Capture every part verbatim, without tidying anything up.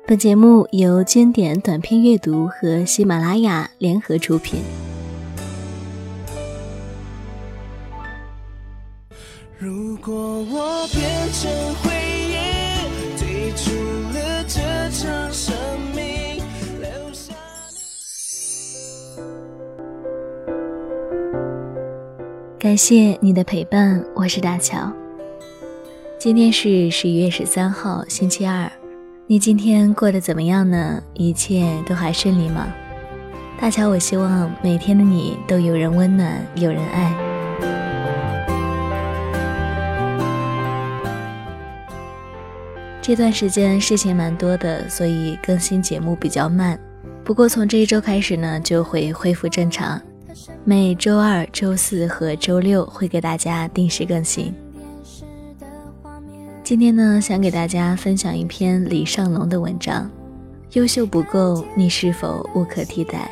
本节目由经典短篇阅读和喜马拉雅联合出品。 如果我变成回忆，退出了这场生命，留下感谢你的陪伴，我是大乔。今天是十一月十三号，星期二。你今天过得怎么样呢？一切都还顺利吗？大乔，我希望每天的你都有人温暖，有人爱。这段时间事情蛮多的，所以更新节目比较慢。不过从这一周开始呢，就会恢复正常。每周二、周四和周六会给大家定时更新。今天呢，想给大家分享一篇李尚龙的文章，优秀不够，你是否无可替代？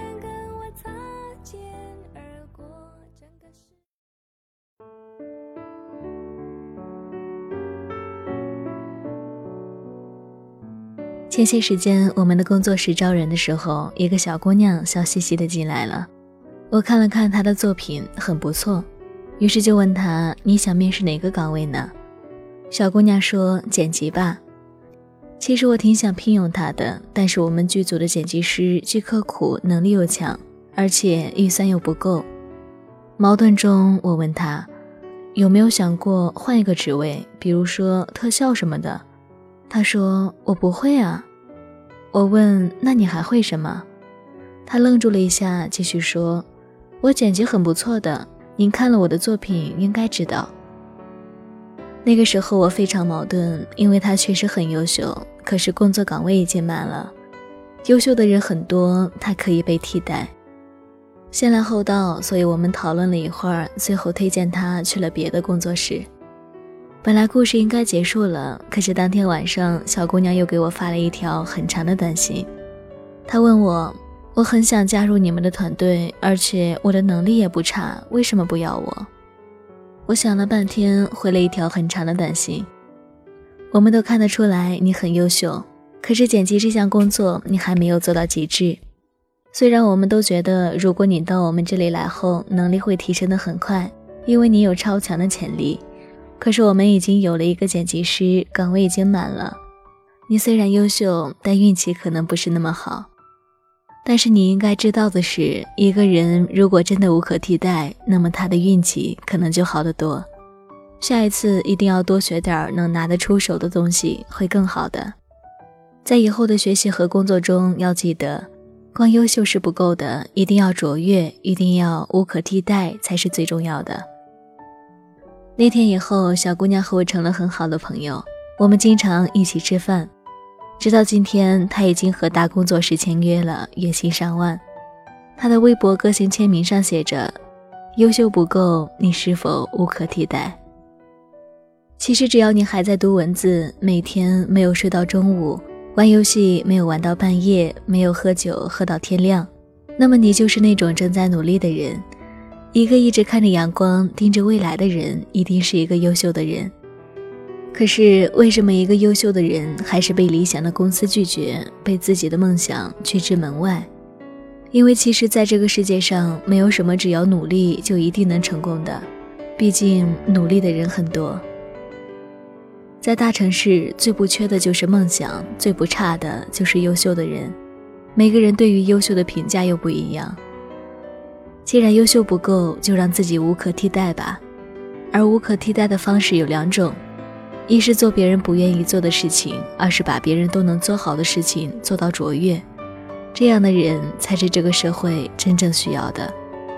前些时间我们的工作室招人的时候，一个小姑娘笑嘻嘻的进来了。我看了看她的作品，很不错，于是就问她，你想面试哪个岗位呢？小姑娘说，剪辑吧。其实我挺想聘用她的，但是我们剧组的剪辑师既刻苦，能力又强，而且预算又不够。矛盾中，我问她，有没有想过换一个职位，比如说特效什么的？她说，我不会啊。我问，那你还会什么？她愣住了一下，继续说，我剪辑很不错的，您看了我的作品应该知道。那个时候我非常矛盾，因为他确实很优秀，可是工作岗位已经满了，优秀的人很多，他可以被替代。先来后到，所以我们讨论了一会儿，最后推荐他去了别的工作室。本来故事应该结束了，可是当天晚上小姑娘又给我发了一条很长的短信。她问我，我很想加入你们的团队，而且我的能力也不差，为什么不要我？我想了半天，回了一条很长的短信。我们都看得出来你很优秀，可是剪辑这项工作你还没有做到极致。虽然我们都觉得如果你到我们这里来后，能力会提升得很快，因为你有超强的潜力，可是我们已经有了一个剪辑师，岗位已经满了。你虽然优秀，但运气可能不是那么好。但是你应该知道的是，一个人如果真的无可替代，那么他的运气可能就好得多。下一次一定要多学点能拿得出手的东西，会更好的。在以后的学习和工作中，要记得，光优秀是不够的，一定要卓越，一定要无可替代才是最重要的。那天以后，小姑娘和我成了很好的朋友，我们经常一起吃饭。直到今天，他已经和大工作室签约了，月薪上万。他的微博个性签名上写着，优秀不够，你是否无可替代？其实只要你还在读文字，每天没有睡到中午，玩游戏没有玩到半夜，没有喝酒喝到天亮，那么你就是那种正在努力的人。一个一直看着阳光盯着未来的人，一定是一个优秀的人。可是为什么一个优秀的人还是被理想的公司拒绝，被自己的梦想拒之门外？因为其实在这个世界上，没有什么只要努力就一定能成功的，毕竟努力的人很多。在大城市，最不缺的就是梦想，最不差的就是优秀的人。每个人对于优秀的评价又不一样。既然优秀不够，就让自己无可替代吧。而无可替代的方式有两种，一是做别人不愿意做的事情，二是把别人都能做好的事情做到卓越。这样的人才是这个社会真正需要的。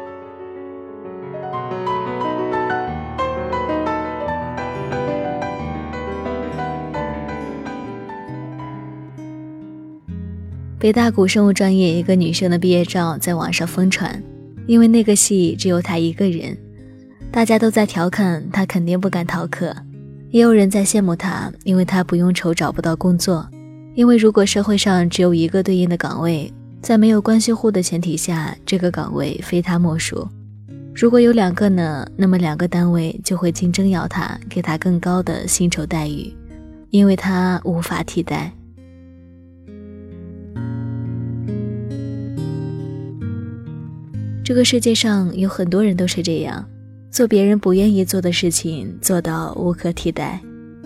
北大古生物专业一个女生的毕业照在网上疯传，因为那个系只有她一个人，大家都在调侃她肯定不敢逃课。也有人在羡慕他，因为他不用愁找不到工作。因为如果社会上只有一个对应的岗位，在没有关系户的前提下，这个岗位非他莫属。如果有两个呢，那么两个单位就会竞争要他，给他更高的薪酬待遇，因为他无法替代。 这个世界上有很多人都是这样，做别人不愿意做的事情，做到无可替代。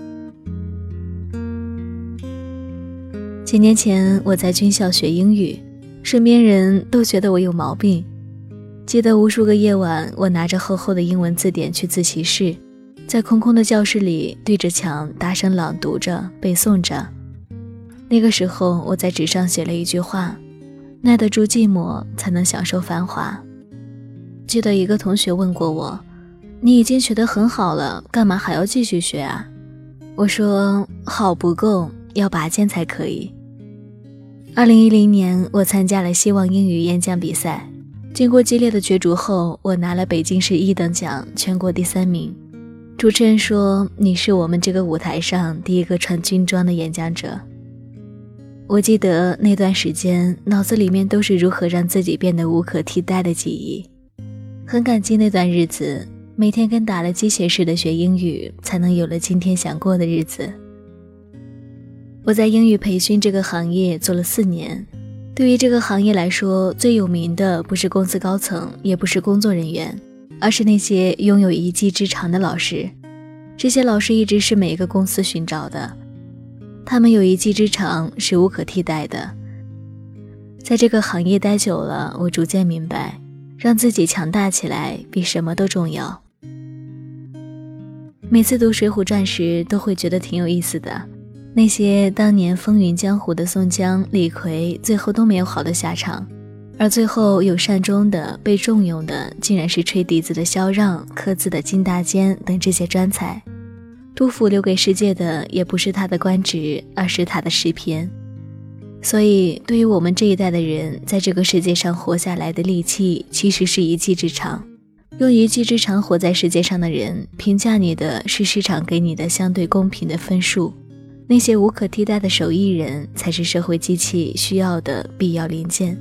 几年前我在军校学英语，身边人都觉得我有毛病。记得无数个夜晚，我拿着厚厚的英文字典去自习室，在空空的教室里对着墙大声朗读着背诵着。那个时候我在纸上写了一句话，耐得住寂寞，才能享受繁华。记得一个同学问过我，你已经学得很好了，干嘛还要继续学啊？我说好不够，要拔尖才可以。二零一零年我参加了希望英语演讲比赛，经过激烈的角逐后，我拿了北京市一等奖，全国第三名。主持人说，你是我们这个舞台上第一个穿军装的演讲者。我记得那段时间脑子里面都是如何让自己变得无可替代的记忆，很感激那段日子，每天跟打了鸡血似的学英语，才能有了今天想过的日子。我在英语培训这个行业做了四年，对于这个行业来说，最有名的不是公司高层，也不是工作人员，而是那些拥有一技之长的老师。这些老师一直是每个公司寻找的，他们有一技之长是无可替代的。在这个行业待久了，我逐渐明白，让自己强大起来比什么都重要。每次读《水浒传》时都会觉得挺有意思的，那些当年风云江湖的宋江、李逵，最后都没有好的下场，而最后有善终的、被重用的，竟然是吹笛子的萧让、刻字的金大坚等这些专才。杜甫留给世界的也不是他的官职，而是他的诗篇。所以对于我们这一代的人，在这个世界上活下来的利器其实是一技之长。用一技之长活在世界上的人，评价你的是市场给你的相对公平的分数。那些无可替代的手艺人，才是社会机器需要的必要零件。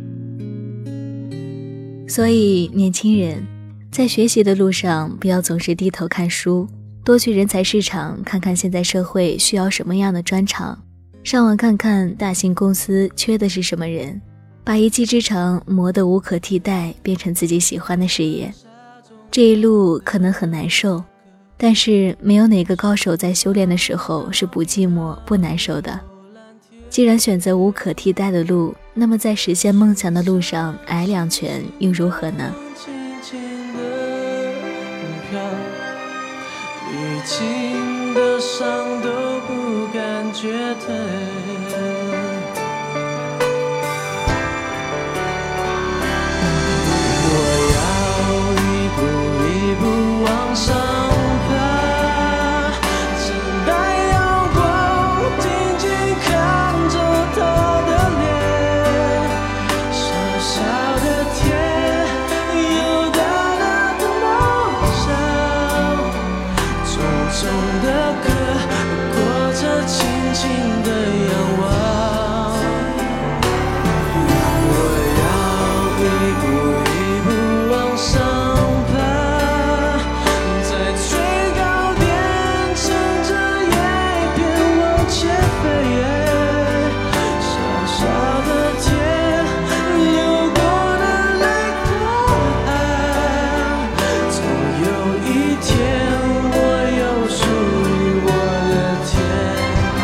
所以年轻人，在学习的路上，不要总是低头看书，多去人才市场看看现在社会需要什么样的专长，上网看看大型公司缺的是什么人，把一技之长磨得无可替代，变成自己喜欢的事业。这一路可能很难受，但是没有哪个高手在修炼的时候是不寂寞不难受的。既然选择无可替代的路，那么在实现梦想的路上挨两拳又如何呢？ 已经的伤都不感觉疼，我要一步一步往上爬，等待阳光，静静看着他的脸，小小的天，有大大的梦想，重重的歌，过着轻轻的仰望。我要一步一步往上爬，在最高点乘着叶片往前飞。小小的天，流过的泪光，总有一天我有属于我的天。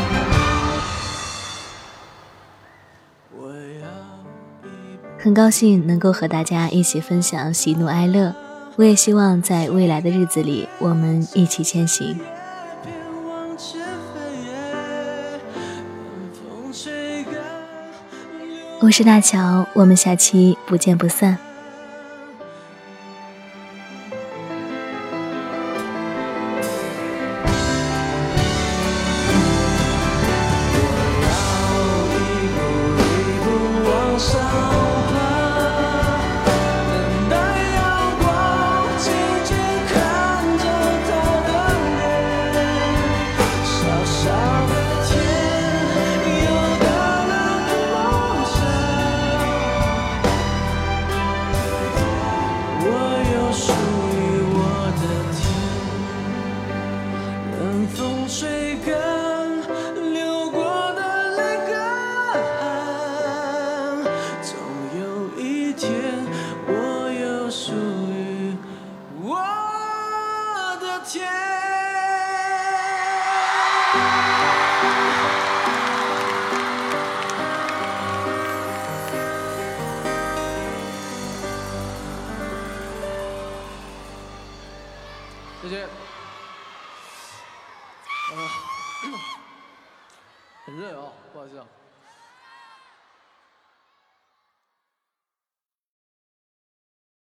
我要一步很高兴能够和大家一起分享喜怒哀乐，我也希望在未来的日子里，我们一起前行。 片往前飞，风吹干我是大乔，我们下期不见不散。 往上爬，等待阳光，静静看着他的脸，小小的天，有大大的梦想，我有属于我的天，任风吹干流过的泪干，总有一天我谢。呃，很热啊，不好意思啊。